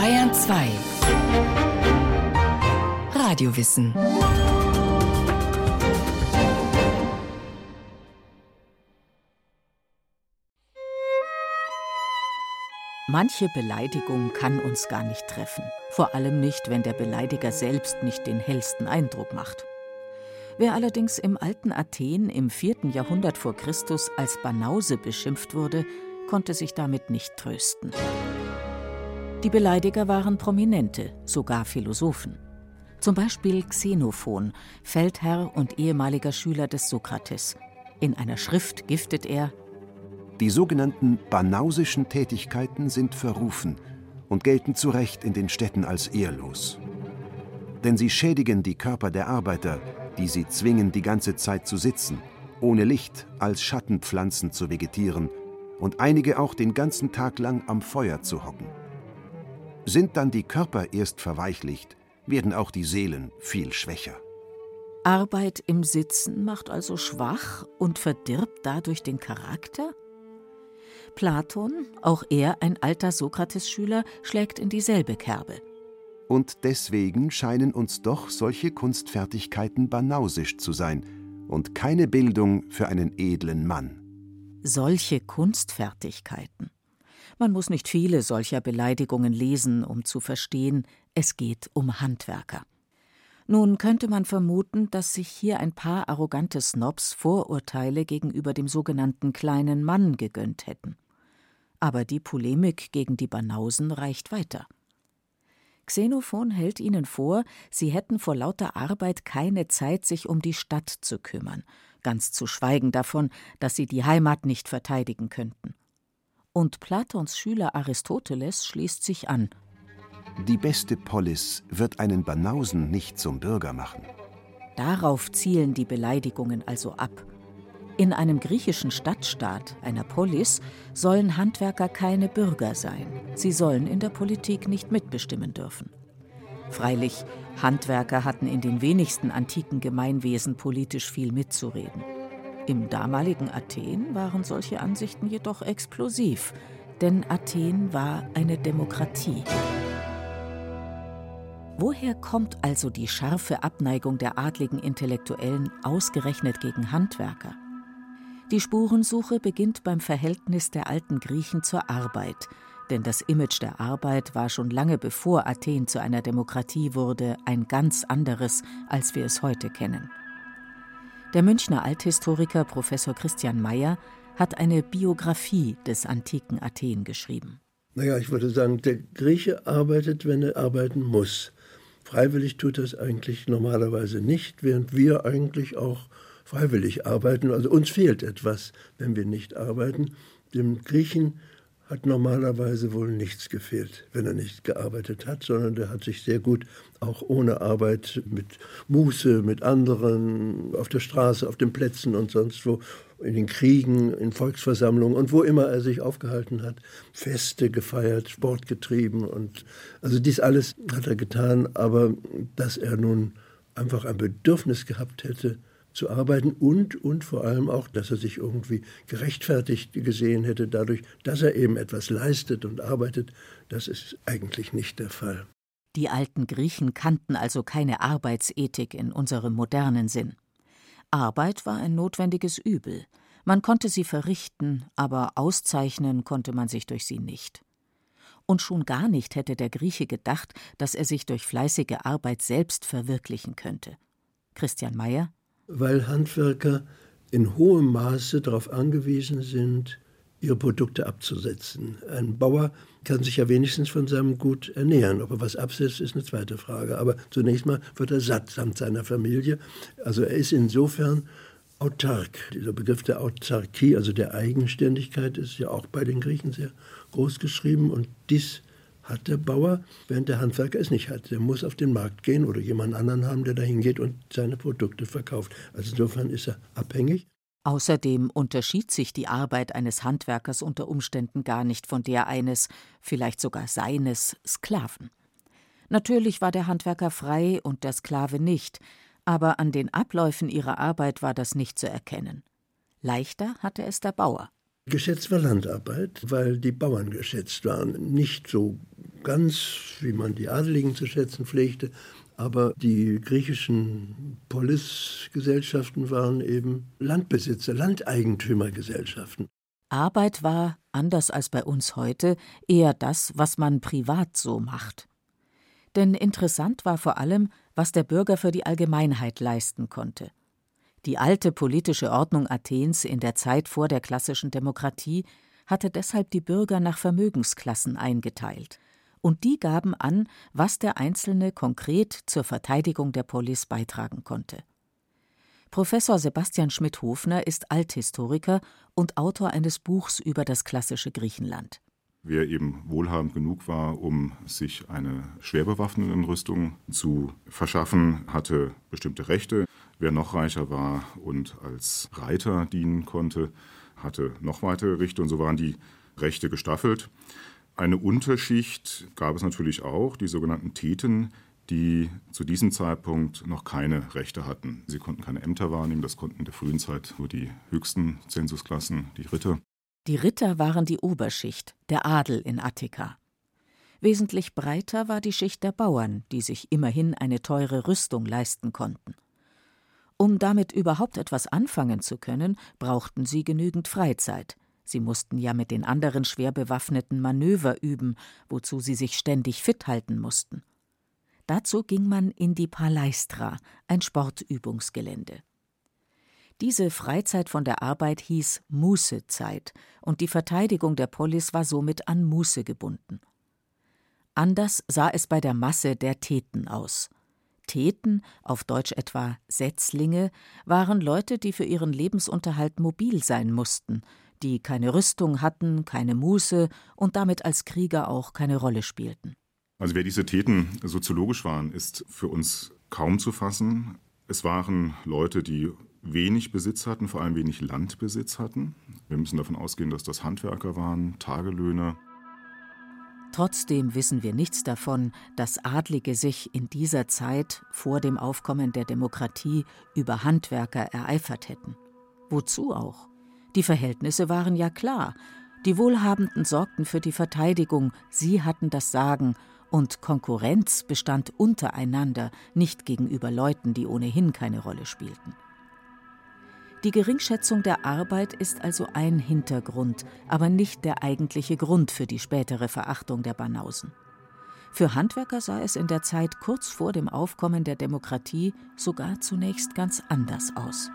Bayern 2 Radiowissen. Manche Beleidigung kann uns gar nicht treffen. Vor allem nicht, wenn der Beleidiger selbst nicht den hellsten Eindruck macht. Wer allerdings im alten Athen im 4. Jahrhundert vor Christus als Banause beschimpft wurde, konnte sich damit nicht trösten. Die Beleidiger waren Prominente, sogar Philosophen. Zum Beispiel Xenophon, Feldherr und ehemaliger Schüler des Sokrates. In einer Schrift giftet er: Die sogenannten banausischen Tätigkeiten sind verrufen und gelten zu Recht in den Städten als ehrlos. Denn sie schädigen die Körper der Arbeiter, die sie zwingen, die ganze Zeit zu sitzen, ohne Licht als Schattenpflanzen zu vegetieren und einige auch den ganzen Tag lang am Feuer zu hocken. Sind dann die Körper erst verweichlicht, werden auch die Seelen viel schwächer. Arbeit im Sitzen macht also schwach und verdirbt dadurch den Charakter? Platon, auch er ein alter Sokrates-Schüler, schlägt in dieselbe Kerbe. Und deswegen scheinen uns doch solche Kunstfertigkeiten banausisch zu sein und keine Bildung für einen edlen Mann. Solche Kunstfertigkeiten. Man muss nicht viele solcher Beleidigungen lesen, um zu verstehen, es geht um Handwerker. Nun könnte man vermuten, dass sich hier ein paar arrogante Snobs Vorurteile gegenüber dem sogenannten kleinen Mann gegönnt hätten. Aber die Polemik gegen die Banausen reicht weiter. Xenophon hält ihnen vor, sie hätten vor lauter Arbeit keine Zeit, sich um die Stadt zu kümmern, ganz zu schweigen davon, dass sie die Heimat nicht verteidigen könnten. Und Platons Schüler Aristoteles schließt sich an: Die beste Polis wird einen Banausen nicht zum Bürger machen. Darauf zielen die Beleidigungen also ab. In einem griechischen Stadtstaat, einer Polis, sollen Handwerker keine Bürger sein. Sie sollen in der Politik nicht mitbestimmen dürfen. Freilich, Handwerker hatten in den wenigsten antiken Gemeinwesen politisch viel mitzureden. Im damaligen Athen waren solche Ansichten jedoch explosiv, denn Athen war eine Demokratie. Woher kommt also die scharfe Abneigung der adligen Intellektuellen ausgerechnet gegen Handwerker? Die Spurensuche beginnt beim Verhältnis der alten Griechen zur Arbeit, denn das Image der Arbeit war schon lange bevor Athen zu einer Demokratie wurde ein ganz anderes, als wir es heute kennen. Der Münchner Althistoriker Professor Christian Mayer hat eine Biografie des antiken Athen geschrieben. Ich würde sagen, der Grieche arbeitet, wenn er arbeiten muss. Freiwillig tut er es eigentlich normalerweise nicht, während wir eigentlich auch freiwillig arbeiten. Also uns fehlt etwas, wenn wir nicht arbeiten. Dem Griechen hat normalerweise wohl nichts gefehlt, wenn er nicht gearbeitet hat, sondern der hat sich sehr gut auch ohne Arbeit mit Muße, mit anderen, auf der Straße, auf den Plätzen und sonst wo, in den Kriegen, in Volksversammlungen und wo immer er sich aufgehalten hat, Feste gefeiert, Sport getrieben und also dies alles hat er getan, aber dass er nun einfach ein Bedürfnis gehabt hätte, zu arbeiten und vor allem auch, dass er sich irgendwie gerechtfertigt gesehen hätte dadurch, dass er eben etwas leistet und arbeitet, das ist eigentlich nicht der Fall. Die alten Griechen kannten also keine Arbeitsethik in unserem modernen Sinn. Arbeit war ein notwendiges Übel. Man konnte sie verrichten, aber auszeichnen konnte man sich durch sie nicht. Und schon gar nicht hätte der Grieche gedacht, dass er sich durch fleißige Arbeit selbst verwirklichen könnte. Christian Mayer: Weil Handwerker in hohem Maße darauf angewiesen sind, ihre Produkte abzusetzen. Ein Bauer kann sich ja wenigstens von seinem Gut ernähren. Ob er was absetzt, ist eine zweite Frage. Aber zunächst mal wird er satt samt seiner Familie. Also er ist insofern autark. Dieser Begriff der Autarkie, also der Eigenständigkeit, ist ja auch bei den Griechen sehr groß geschrieben. Und dies hat der Bauer, während der Handwerker es nicht hat. Der muss auf den Markt gehen oder jemand anderen haben, der dahin geht und seine Produkte verkauft. Also insofern ist er abhängig. Außerdem unterschied sich die Arbeit eines Handwerkers unter Umständen gar nicht von der eines, vielleicht sogar seines, Sklaven. Natürlich war der Handwerker frei und der Sklave nicht, aber an den Abläufen ihrer Arbeit war das nicht zu erkennen. Leichter hatte es der Bauer. Geschätzt war Landarbeit, weil die Bauern geschätzt waren. Nicht so ganz, wie man die Adeligen zu schätzen pflegte. Aber die griechischen Polisgesellschaften waren eben Landbesitzer, Landeigentümergesellschaften. Arbeit war, anders als bei uns heute, eher das, was man privat so macht. Denn interessant war vor allem, was der Bürger für die Allgemeinheit leisten konnte. Die alte politische Ordnung Athens in der Zeit vor der klassischen Demokratie hatte deshalb die Bürger nach Vermögensklassen eingeteilt. Und die gaben an, was der Einzelne konkret zur Verteidigung der Polis beitragen konnte. Professor Sebastian Schmidt-Hofner ist Althistoriker und Autor eines Buchs über das klassische Griechenland. Wer eben wohlhabend genug war, um sich eine schwer bewaffnete Rüstung zu verschaffen, hatte bestimmte Rechte. Wer noch reicher war und als Reiter dienen konnte, hatte noch weitere Rechte, und so waren die Rechte gestaffelt. Eine Unterschicht gab es natürlich auch, die sogenannten Theten, die zu diesem Zeitpunkt noch keine Rechte hatten. Sie konnten keine Ämter wahrnehmen, das konnten in der frühen Zeit nur die höchsten Zensusklassen, die Ritter. Die Ritter waren die Oberschicht, der Adel in Attika. Wesentlich breiter war die Schicht der Bauern, die sich immerhin eine teure Rüstung leisten konnten. Um damit überhaupt etwas anfangen zu können, brauchten sie genügend Freizeit. Sie mussten ja mit den anderen schwer bewaffneten Manöver üben, wozu sie sich ständig fit halten mussten. Dazu ging man in die Palaistra, ein Sportübungsgelände. Diese Freizeit von der Arbeit hieß Mußezeit, und die Verteidigung der Polis war somit an Muße gebunden. Anders sah es bei der Masse der Theten aus. Theten, auf Deutsch etwa Setzlinge, waren Leute, die für ihren Lebensunterhalt mobil sein mussten, die keine Rüstung hatten, keine Muße und damit als Krieger auch keine Rolle spielten. Also wer diese Theten soziologisch waren, ist für uns kaum zu fassen. Es waren Leute, die wenig Besitz hatten, vor allem wenig Landbesitz hatten. Wir müssen davon ausgehen, dass das Handwerker waren, Tagelöhner. Trotzdem wissen wir nichts davon, dass Adlige sich in dieser Zeit vor dem Aufkommen der Demokratie über Handwerker ereifert hätten. Wozu auch? Die Verhältnisse waren ja klar. Die Wohlhabenden sorgten für die Verteidigung, sie hatten das Sagen, und Konkurrenz bestand untereinander, nicht gegenüber Leuten, die ohnehin keine Rolle spielten. Die Geringschätzung der Arbeit ist also ein Hintergrund, aber nicht der eigentliche Grund für die spätere Verachtung der Banausen. Für Handwerker sah es in der Zeit kurz vor dem Aufkommen der Demokratie sogar zunächst ganz anders aus.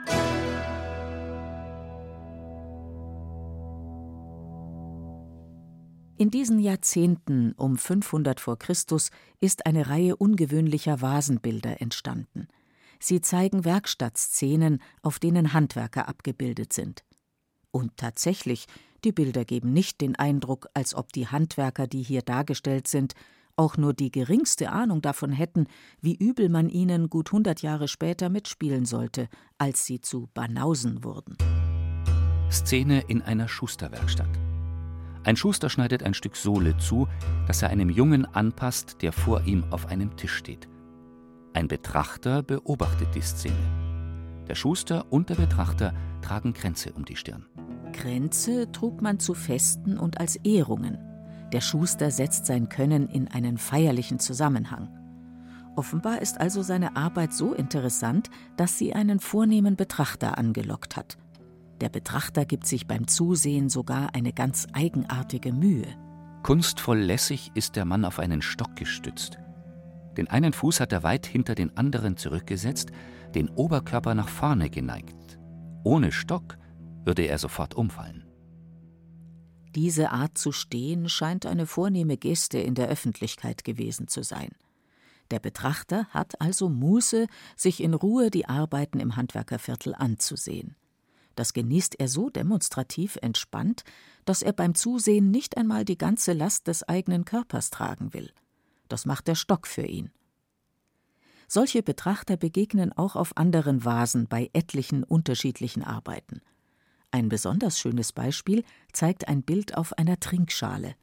In diesen Jahrzehnten um 500 vor Christus ist eine Reihe ungewöhnlicher Vasenbilder entstanden. Sie zeigen Werkstattszenen, auf denen Handwerker abgebildet sind. Und tatsächlich, die Bilder geben nicht den Eindruck, als ob die Handwerker, die hier dargestellt sind, auch nur die geringste Ahnung davon hätten, wie übel man ihnen gut 100 Jahre später mitspielen sollte, als sie zu Banausen wurden. Szene in einer Schusterwerkstatt. Ein Schuster schneidet ein Stück Sohle zu, das er einem Jungen anpasst, der vor ihm auf einem Tisch steht. Ein Betrachter beobachtet die Szene. Der Schuster und der Betrachter tragen Kränze um die Stirn. Kränze trug man zu Festen und als Ehrungen. Der Schuster setzt sein Können in einen feierlichen Zusammenhang. Offenbar ist also seine Arbeit so interessant, dass sie einen vornehmen Betrachter angelockt hat. Der Betrachter gibt sich beim Zusehen sogar eine ganz eigenartige Mühe. Kunstvoll lässig ist der Mann auf einen Stock gestützt. Den einen Fuß hat er weit hinter den anderen zurückgesetzt, den Oberkörper nach vorne geneigt. Ohne Stock würde er sofort umfallen. Diese Art zu stehen scheint eine vornehme Geste in der Öffentlichkeit gewesen zu sein. Der Betrachter hat also Muße, sich in Ruhe die Arbeiten im Handwerkerviertel anzusehen. Das genießt er so demonstrativ entspannt, dass er beim Zusehen nicht einmal die ganze Last des eigenen Körpers tragen will. Das macht der Stock für ihn. Solche Betrachter begegnen auch auf anderen Vasen bei etlichen unterschiedlichen Arbeiten. Ein besonders schönes Beispiel zeigt ein Bild auf einer Trinkschale.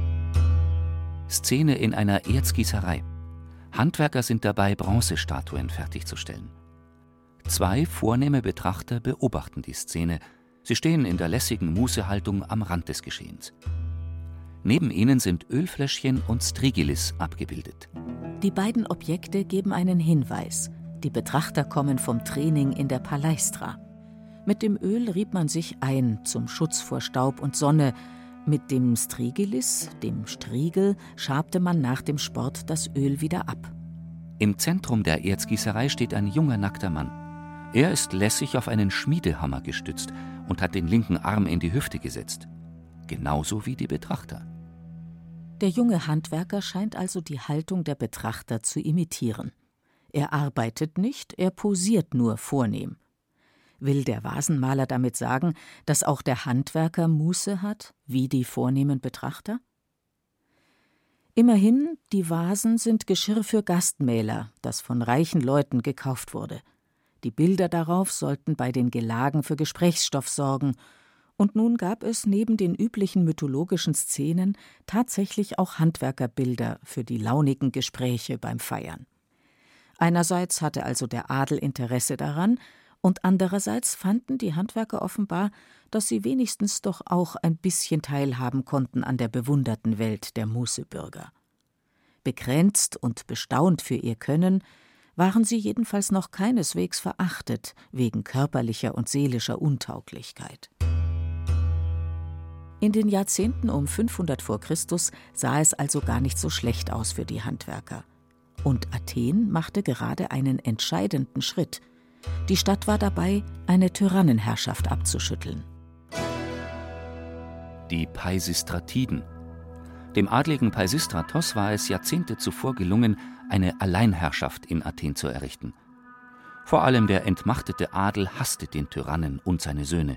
Szene in einer Erzgießerei. Handwerker sind dabei, Bronzestatuen fertigzustellen. 2 vornehme Betrachter beobachten die Szene. Sie stehen in der lässigen Mußehaltung am Rand des Geschehens. Neben ihnen sind Ölfläschchen und Strigilis abgebildet. Die beiden Objekte geben einen Hinweis. Die Betrachter kommen vom Training in der Palaistra. Mit dem Öl rieb man sich ein zum Schutz vor Staub und Sonne. Mit dem Strigilis, dem Striegel, schabte man nach dem Sport das Öl wieder ab. Im Zentrum der Erzgießerei steht ein junger, nackter Mann. Er ist lässig auf einen Schmiedehammer gestützt und hat den linken Arm in die Hüfte gesetzt. Genauso wie die Betrachter. Der junge Handwerker scheint also die Haltung der Betrachter zu imitieren. Er arbeitet nicht, er posiert nur vornehm. Will der Vasenmaler damit sagen, dass auch der Handwerker Muße hat, wie die vornehmen Betrachter? Immerhin, die Vasen sind Geschirr für Gastmähler, das von reichen Leuten gekauft wurde. Die Bilder darauf sollten bei den Gelagen für Gesprächsstoff sorgen. Und nun gab es neben den üblichen mythologischen Szenen tatsächlich auch Handwerkerbilder für die launigen Gespräche beim Feiern. Einerseits hatte also der Adel Interesse daran, und andererseits fanden die Handwerker offenbar, dass sie wenigstens doch auch ein bisschen teilhaben konnten an der bewunderten Welt der Mußebürger. Bekränzt und bestaunt für ihr Können, waren sie jedenfalls noch keineswegs verachtet wegen körperlicher und seelischer Untauglichkeit. In den Jahrzehnten um 500 vor Christus sah es also gar nicht so schlecht aus für die Handwerker. Und Athen machte gerade einen entscheidenden Schritt. Die Stadt war dabei, eine Tyrannenherrschaft abzuschütteln. Die Peisistratiden. Dem adligen Peisistratos war es Jahrzehnte zuvor gelungen, eine Alleinherrschaft in Athen zu errichten. Vor allem der entmachtete Adel hasste den Tyrannen und seine Söhne.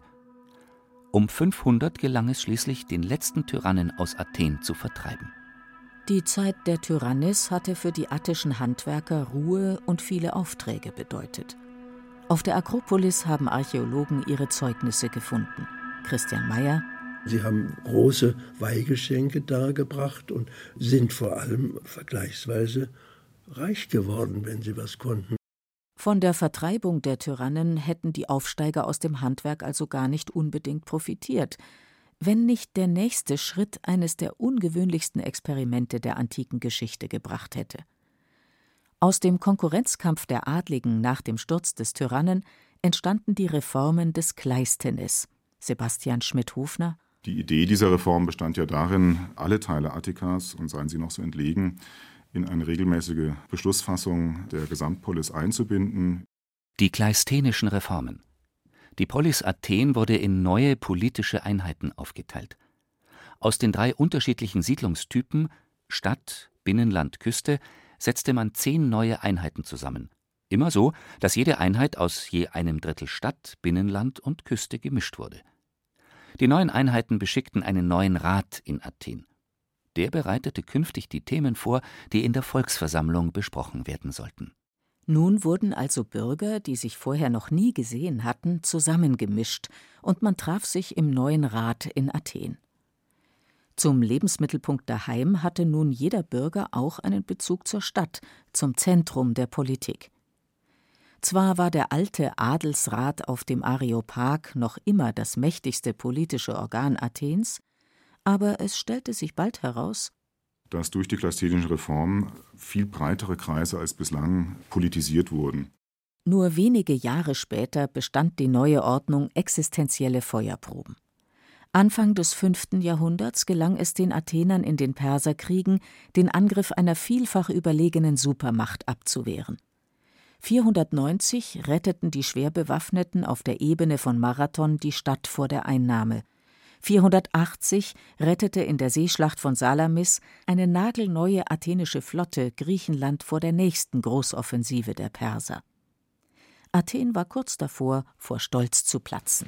Um 500 gelang es schließlich, den letzten Tyrannen aus Athen zu vertreiben. Die Zeit der Tyrannis hatte für die attischen Handwerker Ruhe und viele Aufträge bedeutet. Auf der Akropolis haben Archäologen ihre Zeugnisse gefunden. Christian Mayer. Sie haben große Weihgeschenke dargebracht und sind vor allem vergleichsweise reich geworden, wenn sie was konnten. Von der Vertreibung der Tyrannen hätten die Aufsteiger aus dem Handwerk also gar nicht unbedingt profitiert, wenn nicht der nächste Schritt eines der ungewöhnlichsten Experimente der antiken Geschichte gebracht hätte. Aus dem Konkurrenzkampf der Adligen nach dem Sturz des Tyrannen entstanden die Reformen des Kleisthenes. Sebastian Schmidt-Hofner. Die Idee dieser Reform bestand ja darin, alle Teile Attikas, und seien sie noch so entlegen, in eine regelmäßige Beschlussfassung der Gesamtpolis einzubinden. Die kleisthenischen Reformen. Die Polis Athen wurde in neue politische Einheiten aufgeteilt. Aus den 3 unterschiedlichen Siedlungstypen Stadt, Binnenland, Küste setzte man 10 neue Einheiten zusammen. Immer so, dass jede Einheit aus je einem Drittel Stadt, Binnenland und Küste gemischt wurde. Die neuen Einheiten beschickten einen neuen Rat in Athen. Der bereitete künftig die Themen vor, die in der Volksversammlung besprochen werden sollten. Nun wurden also Bürger, die sich vorher noch nie gesehen hatten, zusammengemischt, und man traf sich im neuen Rat in Athen. Zum Lebensmittelpunkt daheim hatte nun jeder Bürger auch einen Bezug zur Stadt, zum Zentrum der Politik. Zwar war der alte Adelsrat auf dem Areopag noch immer das mächtigste politische Organ Athens, aber es stellte sich bald heraus, dass durch die kleisthenischen Reformen viel breitere Kreise als bislang politisiert wurden. Nur wenige Jahre später bestand die neue Ordnung existenzielle Feuerproben. Anfang des 5. Jahrhunderts gelang es den Athenern in den Perserkriegen, den Angriff einer vielfach überlegenen Supermacht abzuwehren. 490 retteten die Schwerbewaffneten auf der Ebene von Marathon die Stadt vor der Einnahme. 480 rettete in der Seeschlacht von Salamis eine nagelneue athenische Flotte Griechenland vor der nächsten Großoffensive der Perser. Athen war kurz davor, vor Stolz zu platzen.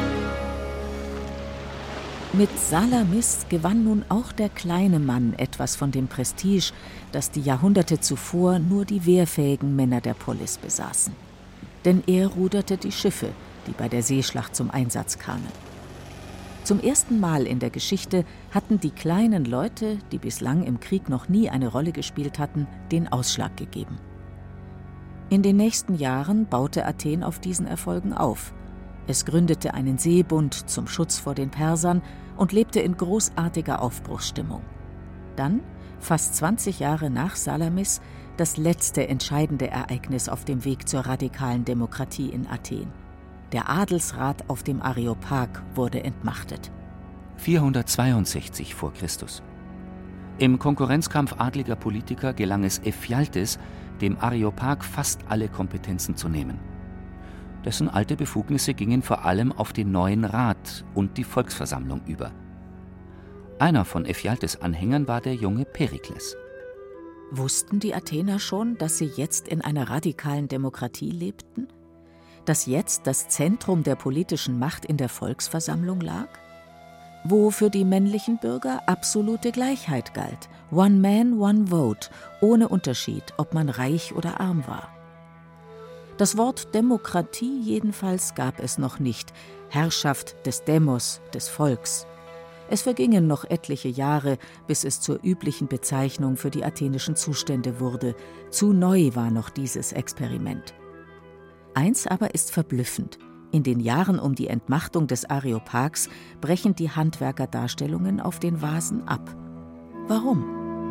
Mit Salamis gewann nun auch der kleine Mann etwas von dem Prestige, das die Jahrhunderte zuvor nur die wehrfähigen Männer der Polis besaßen. Denn er ruderte die Schiffe, die bei der Seeschlacht zum Einsatz kamen. Zum ersten Mal in der Geschichte hatten die kleinen Leute, die bislang im Krieg noch nie eine Rolle gespielt hatten, den Ausschlag gegeben. In den nächsten Jahren baute Athen auf diesen Erfolgen auf. Es gründete einen Seebund zum Schutz vor den Persern und lebte in großartiger Aufbruchsstimmung. Dann, fast 20 Jahre nach Salamis, das letzte entscheidende Ereignis auf dem Weg zur radikalen Demokratie in Athen. Der Adelsrat auf dem Areopag wurde entmachtet. 462 vor Christus. Im Konkurrenzkampf adliger Politiker gelang es Ephialtes, dem Areopag fast alle Kompetenzen zu nehmen. Dessen alte Befugnisse gingen vor allem auf den neuen Rat und die Volksversammlung über. Einer von Ephialtes Anhängern war der junge Perikles. Wussten die Athener schon, dass sie jetzt in einer radikalen Demokratie lebten? Dass jetzt das Zentrum der politischen Macht in der Volksversammlung lag? Wo für die männlichen Bürger absolute Gleichheit galt. One man, one vote, ohne Unterschied, ob man reich oder arm war. Das Wort Demokratie jedenfalls gab es noch nicht, Herrschaft des Demos, des Volks. Es vergingen noch etliche Jahre, bis es zur üblichen Bezeichnung für die athenischen Zustände wurde. Zu neu war noch dieses Experiment. Eins aber ist verblüffend. In den Jahren um die Entmachtung des Areopags brechen die Handwerkerdarstellungen auf den Vasen ab. Warum?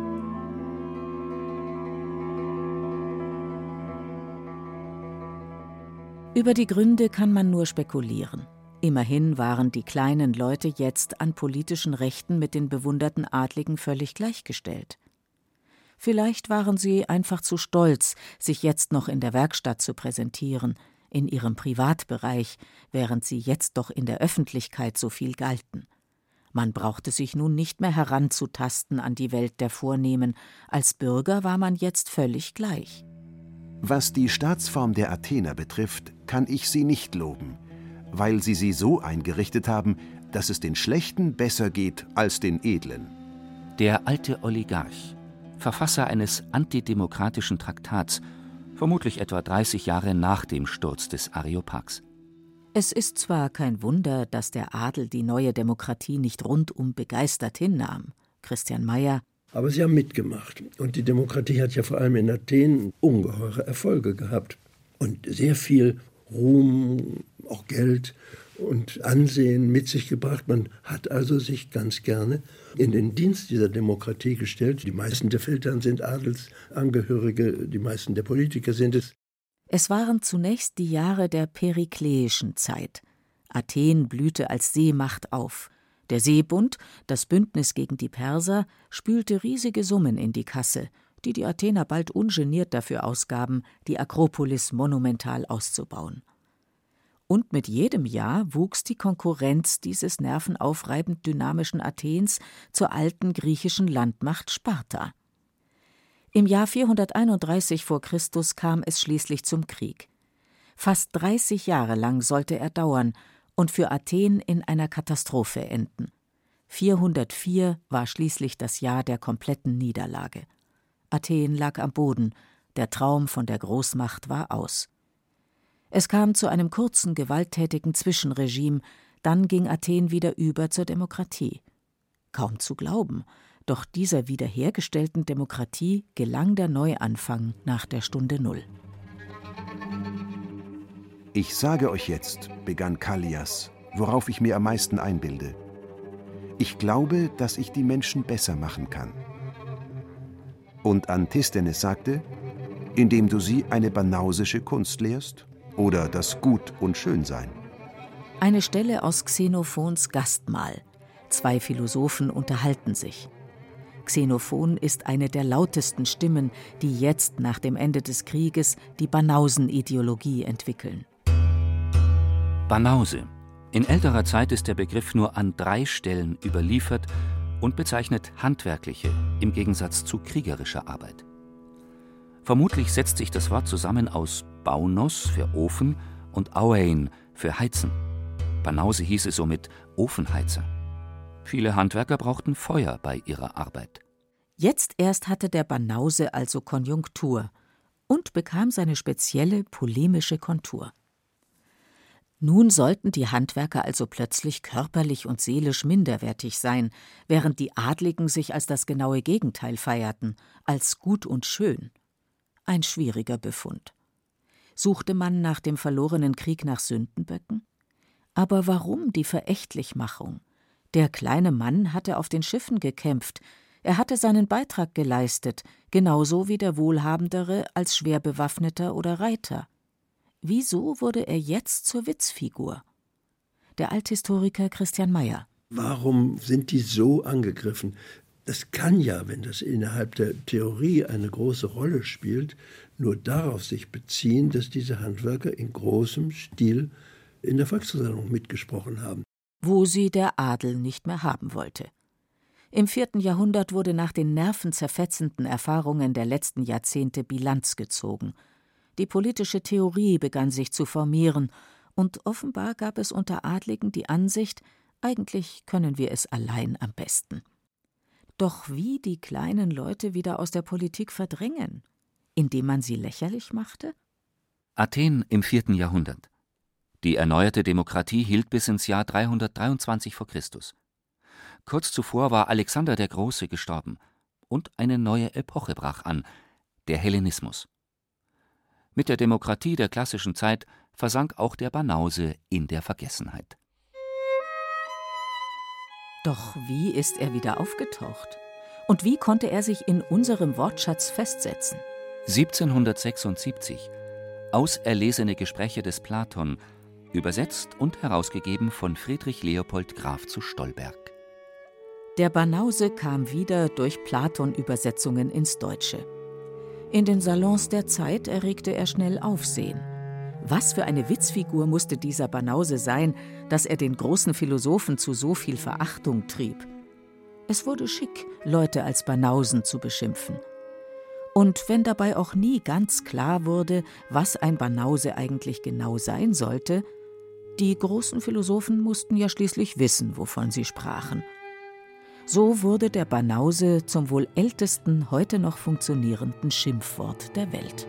Über die Gründe kann man nur spekulieren. Immerhin waren die kleinen Leute jetzt an politischen Rechten mit den bewunderten Adligen völlig gleichgestellt. Vielleicht waren sie einfach zu stolz, sich jetzt noch in der Werkstatt zu präsentieren, in ihrem Privatbereich, während sie jetzt doch in der Öffentlichkeit so viel galten. Man brauchte sich nun nicht mehr heranzutasten an die Welt der Vornehmen, als Bürger war man jetzt völlig gleich. Was die Staatsform der Athener betrifft, kann ich sie nicht loben, weil sie so eingerichtet haben, dass es den Schlechten besser geht als den Edlen. Der alte Oligarch, Verfasser eines antidemokratischen Traktats, vermutlich etwa 30 Jahre nach dem Sturz des Areopags. Es ist zwar kein Wunder, dass der Adel die neue Demokratie nicht rundum begeistert hinnahm. Christian Mayer. Aber sie haben mitgemacht. Und die Demokratie hat ja vor allem in Athen ungeheure Erfolge gehabt. Und sehr viel Ruhm, auch Geld und Ansehen mit sich gebracht. Man hat also sich ganz gerne in den Dienst dieser Demokratie gestellt. Die meisten der Feldherren sind Adelsangehörige, die meisten der Politiker sind es. Es waren zunächst die Jahre der perikleischen Zeit. Athen blühte als Seemacht auf. Der Seebund, das Bündnis gegen die Perser, spülte riesige Summen in die Kasse, die die Athener bald ungeniert dafür ausgaben, die Akropolis monumental auszubauen. Und mit jedem Jahr wuchs die Konkurrenz dieses nervenaufreibend dynamischen Athens zur alten griechischen Landmacht Sparta. Im Jahr 431 vor Christus kam es schließlich zum Krieg. Fast 30 Jahre lang sollte er dauern und für Athen in einer Katastrophe enden. 404 war schließlich das Jahr der kompletten Niederlage. Athen lag am Boden, der Traum von der Großmacht war aus. Es kam zu einem kurzen, gewalttätigen Zwischenregime, dann ging Athen wieder über zur Demokratie. Kaum zu glauben, doch dieser wiederhergestellten Demokratie gelang der Neuanfang nach der Stunde Null. Ich sage euch jetzt, begann Kallias, worauf ich mir am meisten einbilde. Ich glaube, dass ich die Menschen besser machen kann. Und Antisthenes sagte, indem du sie eine banausische Kunst lehrst oder das Gut und Schönsein. Eine Stelle aus Xenophons Gastmahl. 2 Philosophen unterhalten sich. Xenophon ist eine der lautesten Stimmen, die jetzt nach dem Ende des Krieges die Banausen-Ideologie entwickeln. Banause. In älterer Zeit ist der Begriff nur an 3 Stellen überliefert und bezeichnet handwerkliche im Gegensatz zu kriegerischer Arbeit. Vermutlich setzt sich das Wort zusammen aus Baunos für Ofen und Auein für Heizen. Banause hieße somit Ofenheizer. Viele Handwerker brauchten Feuer bei ihrer Arbeit. Jetzt erst hatte der Banause also Konjunktur und bekam seine spezielle polemische Kontur. Nun sollten die Handwerker also plötzlich körperlich und seelisch minderwertig sein, während die Adligen sich als das genaue Gegenteil feierten, als gut und schön. Ein schwieriger Befund. Suchte man nach dem verlorenen Krieg nach Sündenböcken? Aber warum die Verächtlichmachung? Der kleine Mann hatte auf den Schiffen gekämpft, er hatte seinen Beitrag geleistet, genauso wie der Wohlhabendere als Schwerbewaffneter oder Reiter. Wieso wurde er jetzt zur Witzfigur? Der Althistoriker Christian Mayer. Warum sind die so angegriffen? Das kann ja, wenn das innerhalb der Theorie eine große Rolle spielt, nur darauf sich beziehen, dass diese Handwerker in großem Stil in der Volksversammlung mitgesprochen haben. Wo sie der Adel nicht mehr haben wollte. Im 4. Jahrhundert wurde nach den nervenzerfetzenden Erfahrungen der letzten Jahrzehnte Bilanz gezogen. Die politische Theorie begann sich zu formieren, und offenbar gab es unter Adligen die Ansicht, eigentlich können wir es allein am besten. Doch wie die kleinen Leute wieder aus der Politik verdrängen? Indem man sie lächerlich machte? Athen im 4. Jahrhundert. Die erneuerte Demokratie hielt bis ins Jahr 323 v. Chr. Kurz zuvor war Alexander der Große gestorben und eine neue Epoche brach an, der Hellenismus. Mit der Demokratie der klassischen Zeit versank auch der Banause in der Vergessenheit. Doch wie ist er wieder aufgetaucht? Und wie konnte er sich in unserem Wortschatz festsetzen? 1776. Auserlesene Gespräche des Platon, übersetzt und herausgegeben von Friedrich Leopold Graf zu Stolberg. Der Banause kam wieder durch Platon-Übersetzungen ins Deutsche. In den Salons der Zeit erregte er schnell Aufsehen. Was für eine Witzfigur musste dieser Banause sein, dass er den großen Philosophen zu so viel Verachtung trieb? Es wurde schick, Leute als Banausen zu beschimpfen. Und wenn dabei auch nie ganz klar wurde, was ein Banause eigentlich genau sein sollte, die großen Philosophen mussten ja schließlich wissen, wovon sie sprachen. So wurde der Banause zum wohl ältesten heute noch funktionierenden Schimpfwort der Welt.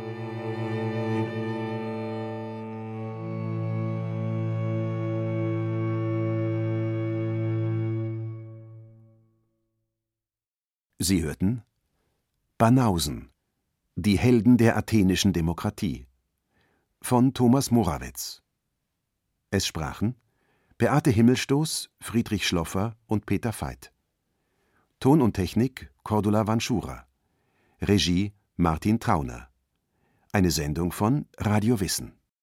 Sie hörten Banausen, die Helden der athenischen Demokratie von Thomas Morawetz. Es sprachen Beate Himmelstoß, Friedrich Schloffer und Peter Veit. Ton und Technik Cordula Vanschura. Regie Martin Trauner. Eine Sendung von Radio Wissen.